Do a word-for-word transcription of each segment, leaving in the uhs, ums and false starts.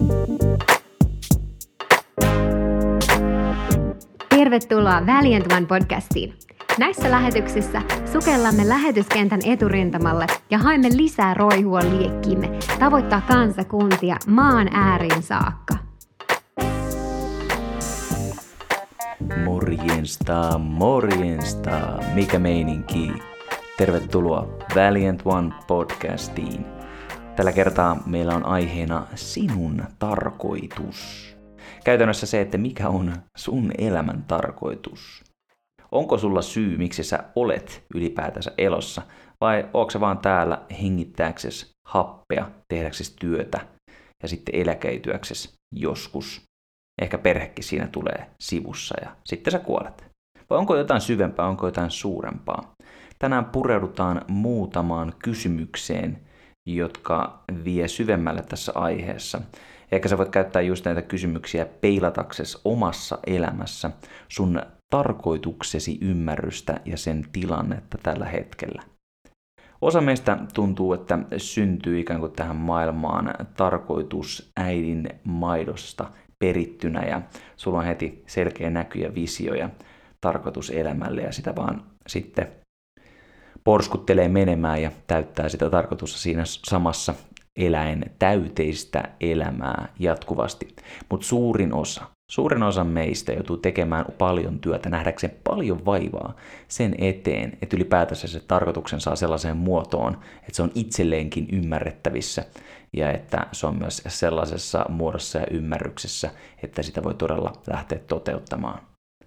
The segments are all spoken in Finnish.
Tervetuloa Valiant One podcastiin. Näissä lähetyksissä sukellamme lähetyskentän eturintamalle ja haemme lisää roihua liekkiimme tavoittaa kansakuntia maan ääriin saakka. Morjensta, morjensta, mikä meininki? Tervetuloa Valiant One podcastiin. Tällä kertaa meillä on aiheena sinun tarkoitus. Käytännössä se, että mikä on sun elämän tarkoitus. Onko sulla syy, miksi sä olet ylipäätänsä elossa, vai ootko sä vaan täällä hengittääksesi happea, tehdäksesi työtä ja sitten eläköityäksesi joskus. Ehkä perhekin siinä tulee sivussa ja sitten sä kuolet. Vai onko jotain syvempää, onko jotain suurempaa? Tänään pureudutaan muutamaan kysymykseen, jotka vie syvemmälle tässä aiheessa. Ehkä sä voit käyttää just näitä kysymyksiä peilataksesi omassa elämässä sun tarkoituksesi ymmärrystä ja sen tilannetta tällä hetkellä. Osa meistä tuntuu, että syntyy ikään kuin tähän maailmaan tarkoitus äidin maidosta perittynä ja sulla on heti selkeä näky ja visio ja tarkoitus elämälle ja sitä vaan sitten porskuttelee menemään ja täyttää sitä tarkoitusta siinä samassa eläen täyteistä elämää jatkuvasti. Mutta suurin osa, suurin osa meistä joutuu tekemään paljon työtä, nähdäkseen paljon vaivaa sen eteen, että ylipäätänsä se tarkoituksen saa sellaiseen muotoon, että se on itselleenkin ymmärrettävissä ja että se on myös sellaisessa muodossa ja ymmärryksessä, että sitä voi todella lähteä toteuttamaan.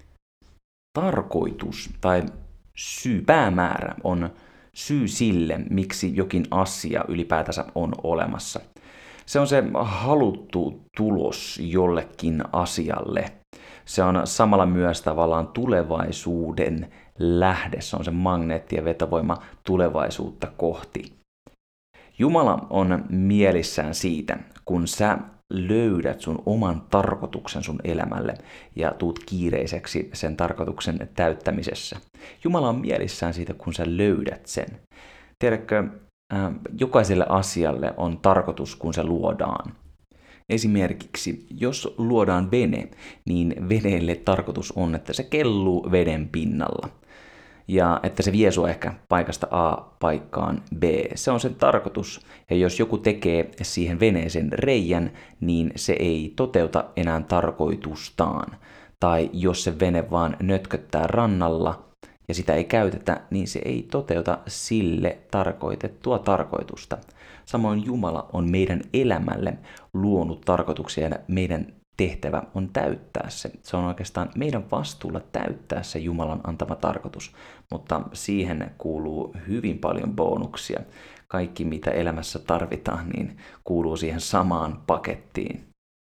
Tarkoitus tai syy, päämäärä on syy sille, miksi jokin asia ylipäätänsä on olemassa. Se on se haluttu tulos jollekin asialle. Se on samalla myös tavallaan tulevaisuuden lähde. Se on se magneetti ja vetovoima tulevaisuutta kohti. Jumala on mielissään siitä, kun sä löydät sun oman tarkoituksen sun elämälle ja tuut kiireiseksi sen tarkoituksen täyttämisessä. Jumala on mielissään siitä, kun sä löydät sen. Tiedätkö, äh, jokaiselle asialle on tarkoitus, kun se luodaan. Esimerkiksi, jos luodaan vene, niin veneelle tarkoitus on, että se kelluu veden pinnalla. Ja että se vie sua ehkä paikasta A paikkaan B. Se on sen tarkoitus. Ja jos joku tekee siihen veneeseen reijän, niin se ei toteuta enää tarkoitustaan. Tai jos se vene vaan nötköttää rannalla ja sitä ei käytetä, niin se ei toteuta sille tarkoitettua tarkoitusta. Samoin Jumala on meidän elämälle luonut tarkoituksia ja meidän tehtävä on täyttää se. Se on oikeastaan meidän vastuulla täyttää se Jumalan antama tarkoitus, mutta siihen kuuluu hyvin paljon bonuksia. Kaikki, mitä elämässä tarvitaan, niin kuuluu siihen samaan pakettiin.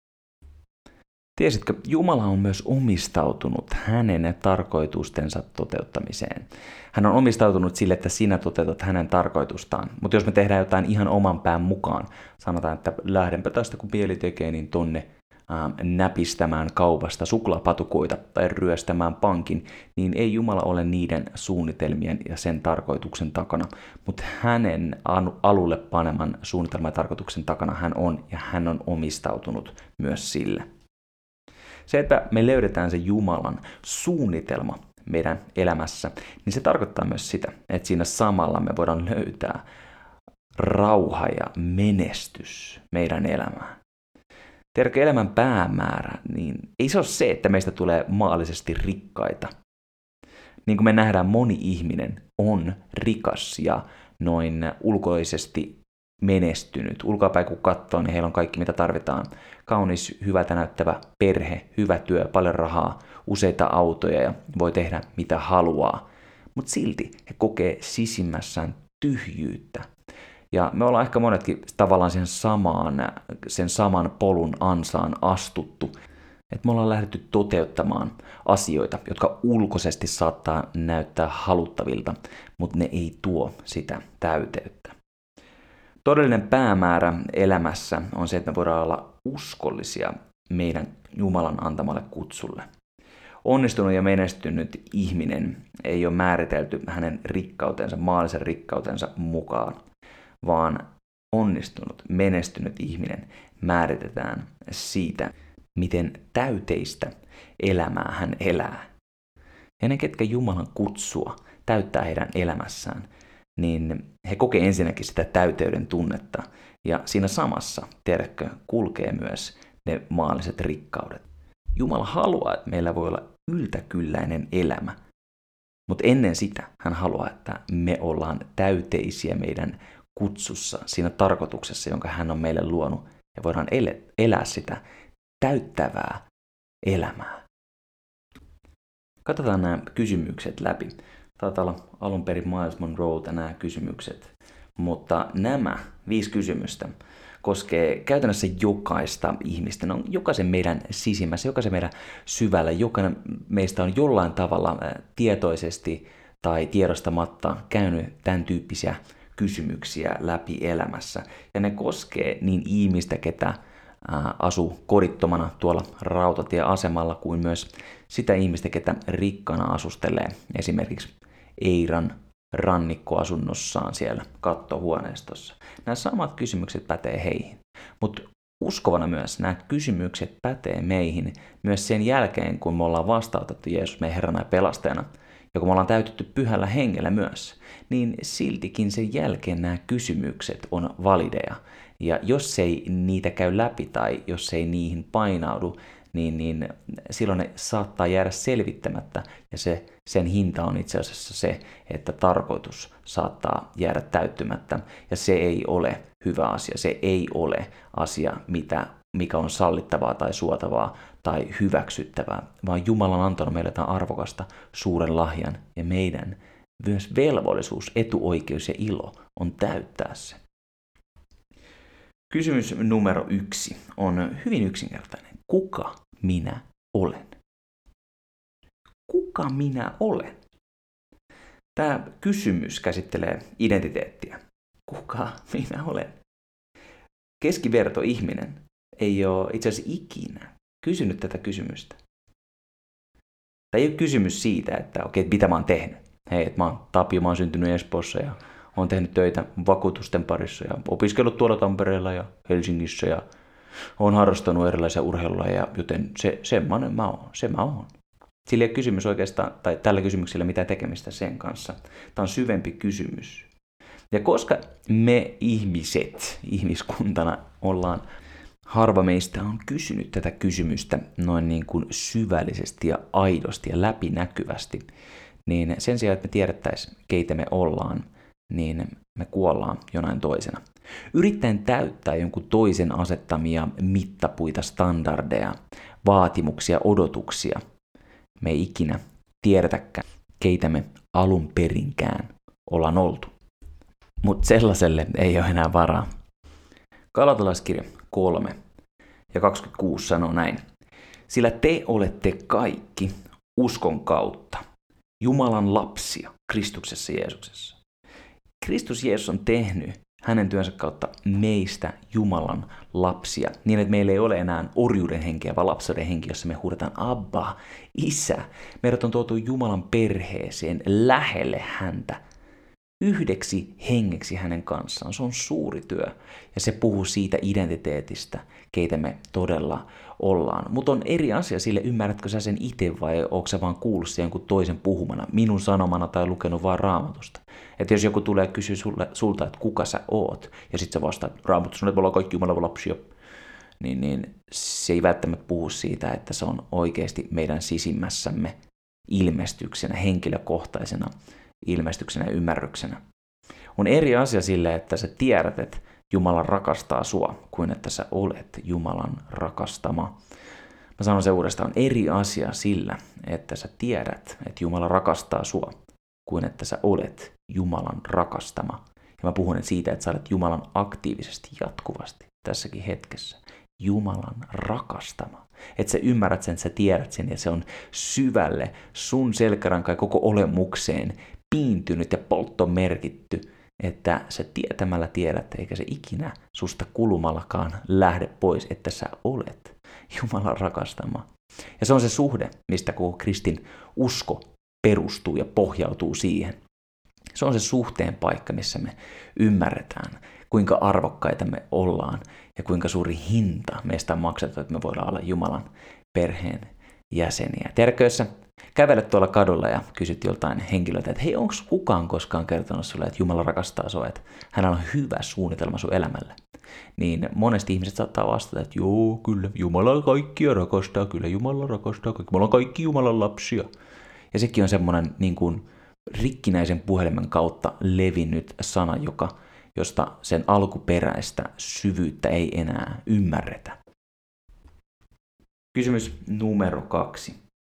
Tiesitkö, Jumala on myös omistautunut hänen tarkoitustensa toteuttamiseen. Hän on omistautunut sille, että sinä toteutat hänen tarkoitustaan. Mutta jos me tehdään jotain ihan oman pään mukaan, sanotaan, että lähdenpä tästä kun mieli tekee, niin tonne näpistämään kaupasta suklaapatukoita tai ryöstämään pankin, niin ei Jumala ole niiden suunnitelmien ja sen tarkoituksen takana, mutta hänen alulle paneman suunnitelman ja tarkoituksen takana hän on ja hän on omistautunut myös sille. Se, että me löydetään se Jumalan suunnitelma meidän elämässä, niin se tarkoittaa myös sitä, että siinä samalla me voidaan löytää rauha ja menestys meidän elämään. Tiedätkö, elämän päämäärä, niin ei se ole se, että meistä tulee maallisesti rikkaita. Niin kuin me nähdään, moni ihminen on rikas ja noin ulkoisesti menestynyt. Ulkoapäin kun katsoo, niin heillä on kaikki mitä tarvitaan. Kaunis, hyvältä näyttävä perhe, hyvä työ, paljon rahaa, useita autoja ja voi tehdä mitä haluaa. Mutta silti he kokee sisimmässään tyhjyyttä. Ja me ollaan ehkä monetkin tavallaan sen samaan, sen saman polun ansaan astuttu, että me ollaan lähdetty toteuttamaan asioita, jotka ulkoisesti saattaa näyttää haluttavilta, mutta ne ei tuo sitä täyteyttä. Todellinen päämäärä elämässä on se, että me voidaan olla uskollisia meidän Jumalan antamalle kutsulle. Onnistunut ja menestynyt ihminen ei ole määritelty hänen rikkautensa, maallisen rikkautensa mukaan, vaan onnistunut, menestynyt ihminen määritetään siitä, miten täyteistä elämää hän elää. Ja ne, ketkä Jumalan kutsua täyttää heidän elämässään, niin he kokee ensinnäkin sitä täyteyden tunnetta. Ja siinä samassa, tiedätkö, kulkee myös ne maalliset rikkaudet. Jumala haluaa, että meillä voi olla yltäkylläinen elämä. Mutta ennen sitä hän haluaa, että me ollaan täyteisiä meidän kutsussa, siinä tarkoituksessa, jonka hän on meille luonut. Ja voidaan elää sitä täyttävää elämää. Katsotaan nämä kysymykset läpi. Taitaa olla alun perin Miles Monroelta nämä kysymykset. Mutta nämä viisi kysymystä koskee käytännössä jokaista ihmistä. Ne on jokaisen meidän sisimmässä, jokaisen meidän syvällä. Jokainen meistä on jollain tavalla tietoisesti tai tiedostamatta käynyt tämän tyyppisiä kysymyksiä läpi elämässä. Ja ne koskee niin ihmistä, ketä asuu kodittomana tuolla rautatieasemalla, kuin myös sitä ihmistä, ketä rikkana asustelee esimerkiksi Eiran rannikkoasunnossaan siellä kattohuoneistossa. Nämä samat kysymykset pätee heihin, mutta uskovana myös nämä kysymykset pätee meihin myös sen jälkeen, kun me ollaan vastautettu Jeesus meidän Herrana ja pelastajana, ja kun me ollaan täytetty pyhällä hengellä myös, niin siltikin sen jälkeen nämä kysymykset on valideja. Ja jos ei niitä käy läpi tai jos ei niihin painaudu, niin, niin silloin ne saattaa jäädä selvittämättä. Ja se, sen hinta on itse asiassa se, että tarkoitus saattaa jäädä täyttymättä. Ja se ei ole hyvä asia. Se ei ole asia, mitä, mikä on sallittavaa tai suotavaa tai hyväksyttävää, vaan Jumala on antanut meille tämän arvokasta suuren lahjan. Ja meidän myös velvollisuus, etuoikeus ja ilo on täyttää se. Kysymys numero yksi on hyvin yksinkertainen. Kuka minä olen? Kuka minä olen? Tämä kysymys käsittelee identiteettiä. Kuka minä olen? Keskiverto ihminen ei ole itse asiassa ikinä kysynyt tätä kysymystä. Tämä ei ole kysymys siitä, että okei, mitä mä oon tehnyt. Hei, että mä oon Tapio, mä oon syntynyt Espoossa ja olen tehnyt töitä vakuutusten parissa ja opiskellut tuolla Tampereella ja Helsingissä ja olen harrastanut erilaisia urheilulajeja, joten se, semmoinen mä oon, se mä oon. Sillä ei ole kysymys oikeastaan, tai tällä kysymyksellä mitään tekemistä sen kanssa. Tämä on syvempi kysymys. Ja koska me ihmiset, ihmiskuntana ollaan, harva meistä on kysynyt tätä kysymystä noin niin kuin syvällisesti ja aidosti ja läpinäkyvästi, niin sen sijaan, että me tiedettäisiin, keitä me ollaan, niin me kuollaan jonain toisena. Yrittäen täyttää jonkun toisen asettamia mittapuita, standardeja, vaatimuksia, odotuksia. Me ei ikinä tiedetäkään, keitä me alun perinkään ollaan oltu. Mutta sellaiselle ei ole enää varaa. Galatalaiskirja kolme ja kaksikymmentäkuusi sanoo näin. Sillä te olette kaikki uskon kautta Jumalan lapsia Kristuksessa Jeesuksessa. Kristus Jeesus on tehnyt hänen työnsä kautta meistä Jumalan lapsia, niin että meillä ei ole enää orjuuden henkeä, vaan lapsuuden henki, jossa me huudetaan Abba, Isä. Meidät on tuotu Jumalan perheeseen lähelle häntä, yhdeksi hengeksi hänen kanssaan. Se on suuri työ ja se puhuu siitä identiteetistä, keitä me todella ollaan. Mutta on eri asia sille, ymmärrätkö sä sen itse vai onko sä vaan kuullut sen jonkun toisen puhumana, minun sanomana tai lukenut vaan Raamatusta. Että jos joku tulee kysyä sulle, sulta, että kuka sä oot, ja sit sä vastaat Raamatussa, että me ollaan kaikki Jumalan lapsia, niin, niin se ei välttämättä puhu siitä, että se on oikeasti meidän sisimmässämme ilmestyksenä, henkilökohtaisena ilmestyksenä ja ymmärryksenä. On eri asia sille, että sä tiedät, että Jumala rakastaa sua, kuin että sä olet Jumalan rakastama. Mä sanon se uudestaan, on eri asia sillä, että sä tiedät, että Jumala rakastaa sua, kuin että sä olet Jumalan rakastama. Ja mä puhun siitä, että sä olet Jumalan aktiivisesti, jatkuvasti, tässäkin hetkessä. Jumalan rakastama. Että sä ymmärrät sen, sä tiedät sen, ja se on syvälle sun selkärankaan koko olemukseen piintynyt ja polttomerkitty, että sä tietämällä tiedät, eikä se ikinä susta kulumallakaan lähde pois, että sä olet Jumalan rakastama. Ja se on se suhde, mistä koko kristin usko perustuu ja pohjautuu siihen. Se on se suhteen paikka, missä me ymmärretään, kuinka arvokkaita me ollaan ja kuinka suuri hinta meistä on maksettu, että me voidaan olla Jumalan perheen jäseniä. Tiedätkö, jos sä kävelet tuolla kadulla ja kysyt joltain henkilöltä, että hei, onko kukaan koskaan kertonut sulle, että Jumala rakastaa sua, että hänellä on hyvä suunnitelma sun elämälle, niin monesti ihmiset saattaa vastata, että joo, kyllä, Jumala kaikkia rakastaa, kyllä Jumala rakastaa, me ollaan kaikki Jumalan lapsia. Ja sekin on semmoinen niin kuin rikkinäisen puhelimen kautta levinnyt sana, joka, josta sen alkuperäistä syvyyttä ei enää ymmärretä. Kysymys numero kaksi.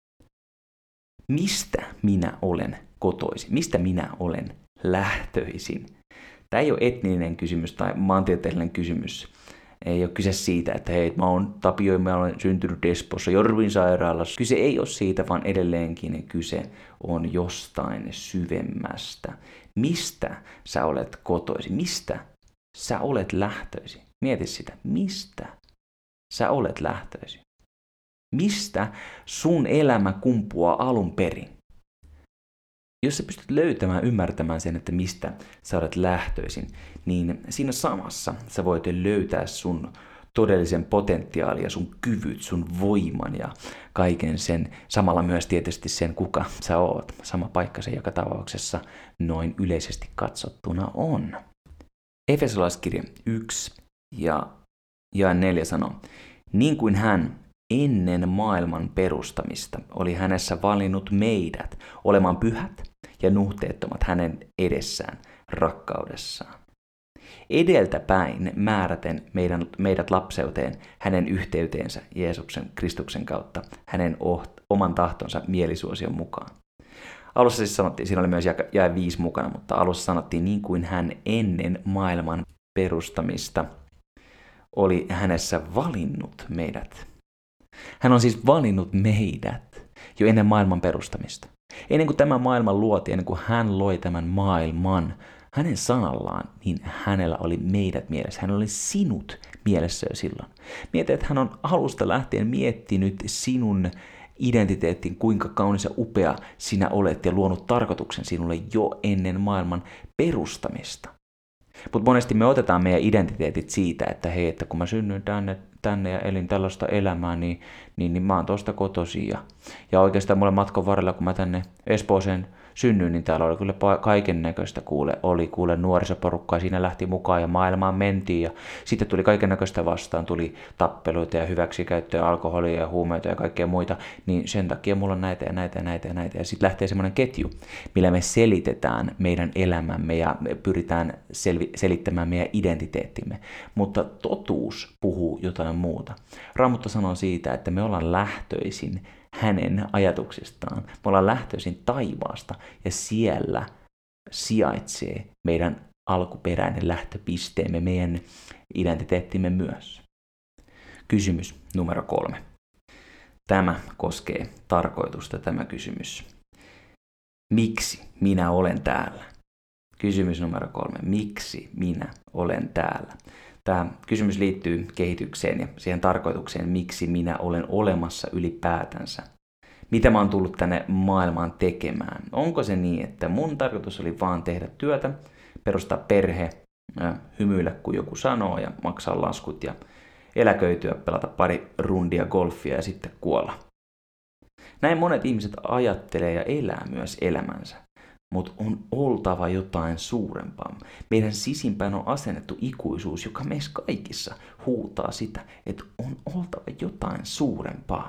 Mistä minä olen kotoisin? Mistä minä olen lähtöisin? Tämä ei ole etninen kysymys tai maantieteellinen kysymys. Ei ole kyse siitä, että hei, mä oon Tapio ja mä olen syntynyt Espoossa Jorvin sairaalassa. Kyse ei ole siitä, vaan edelleenkin kyse on jostain syvemmästä. Mistä sä olet kotoisin? Mistä sä olet lähtöisin? Mieti sitä. Mistä sä olet lähtöisin? Mistä sun elämä kumpuaa alun perin? Jos sä pystyt löytämään, ymmärtämään sen, että mistä sä olet lähtöisin, niin siinä samassa sä voit löytää sun todellisen potentiaalin ja sun kyvyt, sun voiman ja kaiken sen, samalla myös tietysti sen, kuka sä oot. Sama paikka se joka tapauksessa noin yleisesti katsottuna on. Efesolaiskirja yksi ja jae neljä sanoo, niin kuin hän ennen maailman perustamista oli hänessä valinnut meidät olemaan pyhät ja nuhteettomat hänen edessään rakkaudessaan. Edeltäpäin määräten meidän, meidät lapseuteen hänen yhteyteensä Jeesuksen Kristuksen kautta hänen oht, oman tahtonsa mielisuosion mukaan. Alussa siis sanottiin, siinä oli myös jae viisi mukana, mutta alussa sanottiin niin kuin hän ennen maailman perustamista oli hänessä valinnut meidät. Hän on siis valinnut meidät jo ennen maailman perustamista. Ennen kuin tämä maailma luotiin, ennen kuin hän loi tämän maailman, hänen sanallaan, niin hänellä oli meidät mielessä. Hän oli sinut mielessä jo silloin. Mieti, että hän on alusta lähtien miettinyt sinun identiteettiin, kuinka kaunis ja upea sinä olet ja luonut tarkoituksen sinulle jo ennen maailman perustamista. Mutta monesti me otetaan meidän identiteetit siitä, että hei, että kun mä synnyin tänne, tänne ja elin tällaista elämää, niin, niin, niin mä oon tosta kotoisin. Ja, ja oikeastaan mulle matkan varrella, kun mä tänne Espooseen synnyin, niin täällä oli kyllä kaiken näköistä, kuule, oli kuule nuorisoporukkaa, siinä lähti mukaan ja maailmaan mentiin. Ja sitten tuli kaiken näköistä vastaan, tuli tappeluita ja hyväksikäyttöä, alkoholia ja huumeita ja kaikkea muita. Niin sen takia mulla on näitä ja näitä ja näitä ja näitä. Ja sitten lähtee semmoinen ketju, millä me selitetään meidän elämämme ja me pyritään selvi- selittämään meidän identiteettimme. Mutta totuus puhuu jotain muuta. Raamattu sanoo siitä, että me ollaan lähtöisin hänen ajatuksistaan. Me ollaan lähtöisin taivaasta ja siellä sijaitsee meidän alkuperäinen lähtöpisteemme, meidän identiteettimme myös. Kysymys numero kolme. Tämä koskee tarkoitusta, tämä kysymys. Miksi minä olen täällä? Kysymys numero kolme. Miksi minä olen täällä? Tämä kysymys liittyy kehitykseen ja siihen tarkoitukseen, miksi minä olen olemassa ylipäätänsä. Mitä mä oon tullut tänne maailmaan tekemään? Onko se niin, että mun tarkoitus oli vaan tehdä työtä, perustaa perhe, hymyillä kun joku sanoo ja maksaa laskut ja eläköityä, pelata pari rundia golfia ja sitten kuolla? Näin monet ihmiset ajattelee ja elää myös elämänsä. Mutta on oltava jotain suurempaa. Meidän sisimpään on asennettu ikuisuus, joka meissä kaikissa huutaa sitä, että on oltava jotain suurempaa.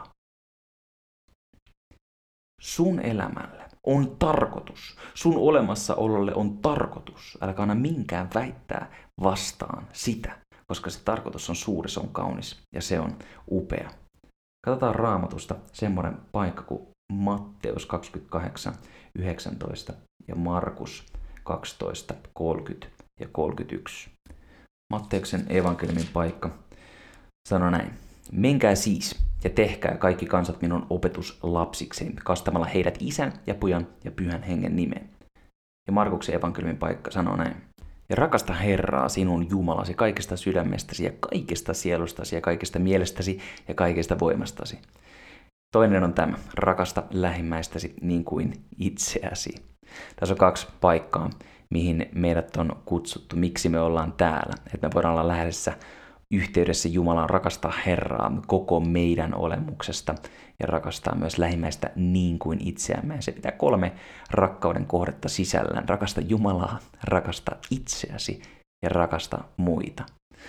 Sun elämälle on tarkoitus. Sun olemassaololle on tarkoitus. Älkää anna minkään väittää vastaan sitä, koska se tarkoitus on suuri, se on kaunis ja se on upea. Katsotaan Raamatusta semmoinen paikka kuin Matteus kaksikymmentäkahdeksan yhdeksäntoista ja Markus kaksitoista kolmekymmentä ja kolmekymmentäyksi. Matteuksen evankeliumin paikka sanoo näin. Menkää siis ja tehkää kaikki kansat minun opetuslapsikseni, kastamalla heidät Isän ja Pojan ja Pyhän Hengen nimeen. Ja Markuksen evankeliumin paikka sanoo näin. Ja rakasta Herraa sinun Jumalasi kaikesta sydämestäsi ja kaikesta sielustasi ja kaikesta mielestäsi ja kaikesta voimastasi. Toinen on tämä, rakasta lähimmäistäsi niin kuin itseäsi. Tässä on kaksi paikkaa, mihin meidät on kutsuttu, miksi me ollaan täällä. Että me voidaan olla lähdössä yhteydessä Jumalaan, rakastaa Herraa koko meidän olemuksesta ja rakastaa myös lähimmäistä niin kuin itseämme. Ja se pitää kolme rakkauden kohdetta sisällään. Rakasta Jumalaa, rakasta itseäsi ja rakasta muita.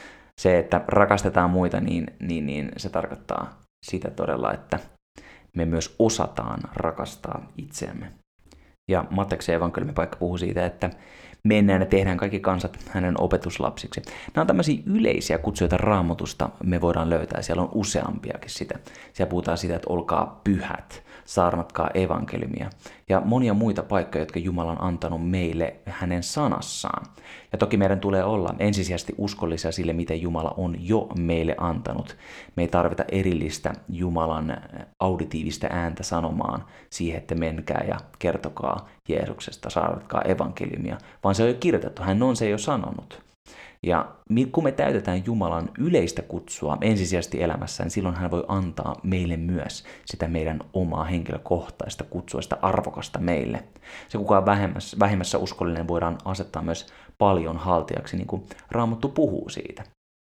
Se, että rakastetaan muita, niin, niin, niin se tarkoittaa sitä todella, että me myös osataan rakastaa itseämme. Ja Matteksen evankeliumin paikka puhuu siitä, että mennään ja tehdään kaikki kansat hänen opetuslapsiksi. Nämä on tämmöisiä yleisiä kutsuja, joita Raamatusta me voidaan löytää. Siellä on useampiakin sitä. Siellä puhutaan siitä, että olkaa pyhät, saarnatkaa evankeliumia. Ja monia muita paikkoja, jotka Jumala on antanut meille hänen sanassaan. Ja toki meidän tulee olla ensisijaisesti uskollisia sille, miten Jumala on jo meille antanut. Me ei tarvita erillistä Jumalan auditiivista ääntä sanomaan siihen, että menkää ja kertokaa Jeesuksesta, saarnatkaa evankeliumia, vaan se on jo kirjoitettu, hän on se jo sanonut. Ja kun me täytetään Jumalan yleistä kutsua ensisijaisesti elämässä, niin silloin hän voi antaa meille myös sitä meidän omaa henkilökohtaista kutsua, sitä arvokasta meille. Se, kuka on vähemmässä, vähemmässä uskollinen, voidaan asettaa myös paljon haltijaksi, niin kuin Raamattu puhuu siitä.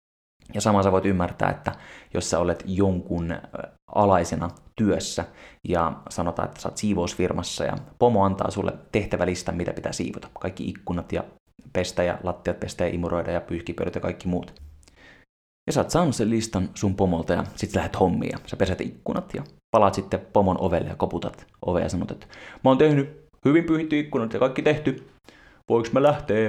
Ja samalla sä voit ymmärtää, että jos sä olet jonkun alaisena työssä ja sanotaan, että sä oot siivousfirmassa ja pomo antaa sulle tehtävälistan, mitä pitää siivota. Kaikki ikkunat ja pestä ja lattiat pestä ja imuroida ja pyyhkipöydät ja kaikki muut. Ja sä oot saanut sen listan sun pomolta ja sit sä lähdet hommiin ja sä pesät ikkunat ja palaat sitten pomon ovelle ja koputat ovea ja sanot, että mä oon tehnyt hyvin pyyhitty ikkunat ja kaikki tehty. Voinko mä lähteä?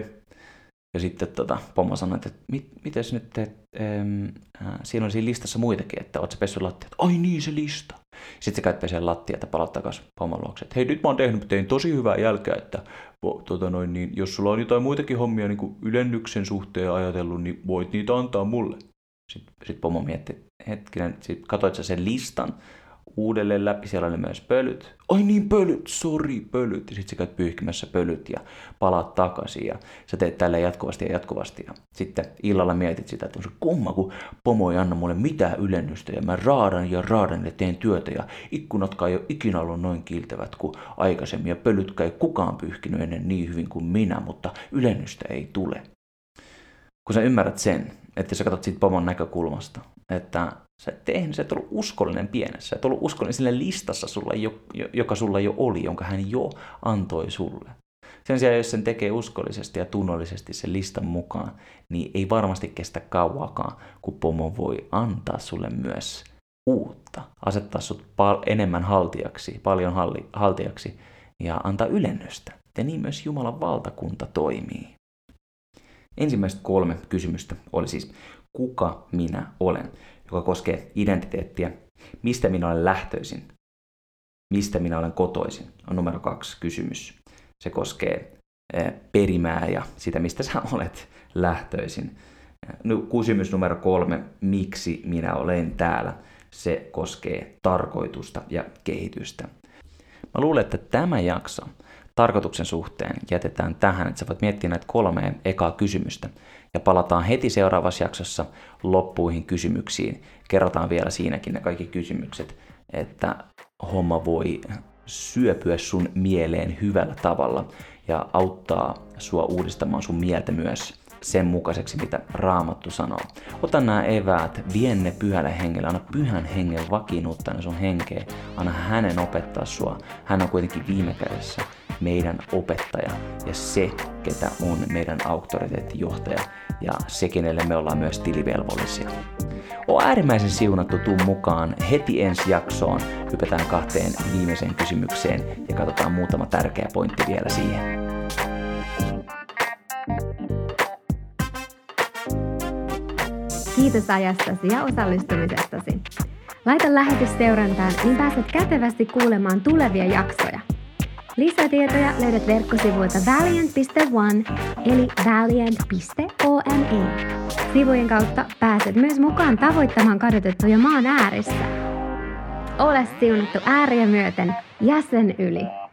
Ja sitten tota, pomo sanoi, että mit, mites nyt teet, ähm, äh, siinä on siinä listassa muitakin, että oot sä pessyt lattiat. Ai niin, se lista. Sitten sä käyt peseen lattiat ja palaat takaisin pomon luokse. Hei, nyt mä oon tehnyt, tein tosi hyvää jälkeä, että tota noin, niin, jos sulla on jotain muitakin hommia niin kuin ylennyksen suhteen ajatellut, niin voit niitä antaa mulle. Sitten sit pomo mietti, hetkinen, sit katsoit sä sen listan uudelleen läpi, siellä oli myös pölyt. Ai niin, pölyt, sori, pölyt. Ja sitten sä käyt pyyhkimässä pölyt ja palaat takaisin ja sä teet tälleen jatkuvasti ja jatkuvasti. Ja sitten illalla mietit sitä, että on se kumma, kun pomo ei anna mulle mitään ylennystä ja mä raadan ja raadan ja teen työtä ja ikkunatkaan ei ole ikinä ollut noin kiiltävät kuin aikaisemmin ja pölytkään ei kukaan pyyhkinyt ennen niin hyvin kuin minä, mutta ylennystä ei tule. Kun sä ymmärrät sen, että sä katsot siitä pomon näkökulmasta, että sä et tehnyt, sä et ollut uskollinen pienessä, sä et ollut uskollinen sillä listassa, sulla jo, joka sulla jo oli, jonka hän jo antoi sulle. Sen sijaan, jos sen tekee uskollisesti ja tunnollisesti sen listan mukaan, niin ei varmasti kestä kauaakaan, kun pomo voi antaa sulle myös uutta, asettaa sut pal- enemmän haltijaksi, paljon halli- haltijaksi ja antaa ylennystä. Ja niin myös Jumalan valtakunta toimii. Ensimmäiset kolme kysymystä oli siis, kuka minä olen, joka koskee identiteettiä, mistä minä olen lähtöisin, mistä minä olen kotoisin, on numero kaksi kysymys. Se koskee perimää ja sitä, mistä sä olet lähtöisin. Kysymys numero kolme, miksi minä olen täällä, se koskee tarkoitusta ja kehitystä. Mä luulen, että tämä jakso tarkoituksen suhteen jätetään tähän, että sä voit miettiä näitä kolmea ekaa kysymystä ja palataan heti seuraavassa jaksossa loppuihin kysymyksiin. Kerrotaan vielä siinäkin ne kaikki kysymykset, että homma voi syöpyä sun mieleen hyvällä tavalla ja auttaa sua uudistamaan sun mieltä myös sen mukaiseksi, mitä Raamattu sanoo. Ota nämä eväät, vie ne pyhälle hengelle, anna pyhän hengen vakiinnuttaa sun henkeä, anna hänen opettaa sua. Hän on kuitenkin viime kädessä meidän opettaja ja se, ketä on meidän auktoriteettijohtaja ja se, kenelle me ollaan myös tilivelvollisia. Oo äärimmäisen siunattu, tuu mukaan heti ensi jaksoon. Hypätään kahteen viimeiseen kysymykseen ja katsotaan muutama tärkeä pointti vielä siihen. Kiitos ajastasi ja osallistumisestasi. Laita lähetys seurantaan, niin pääset kätevästi kuulemaan tulevia jaksoja. Lisätietoja löydät verkkosivuilta valiant piste one eli valiant piste one. Sivujen kautta pääset myös mukaan tavoittamaan kadotettuja maan äärissä. Ole siunattu ääriä myöten ja sen yli.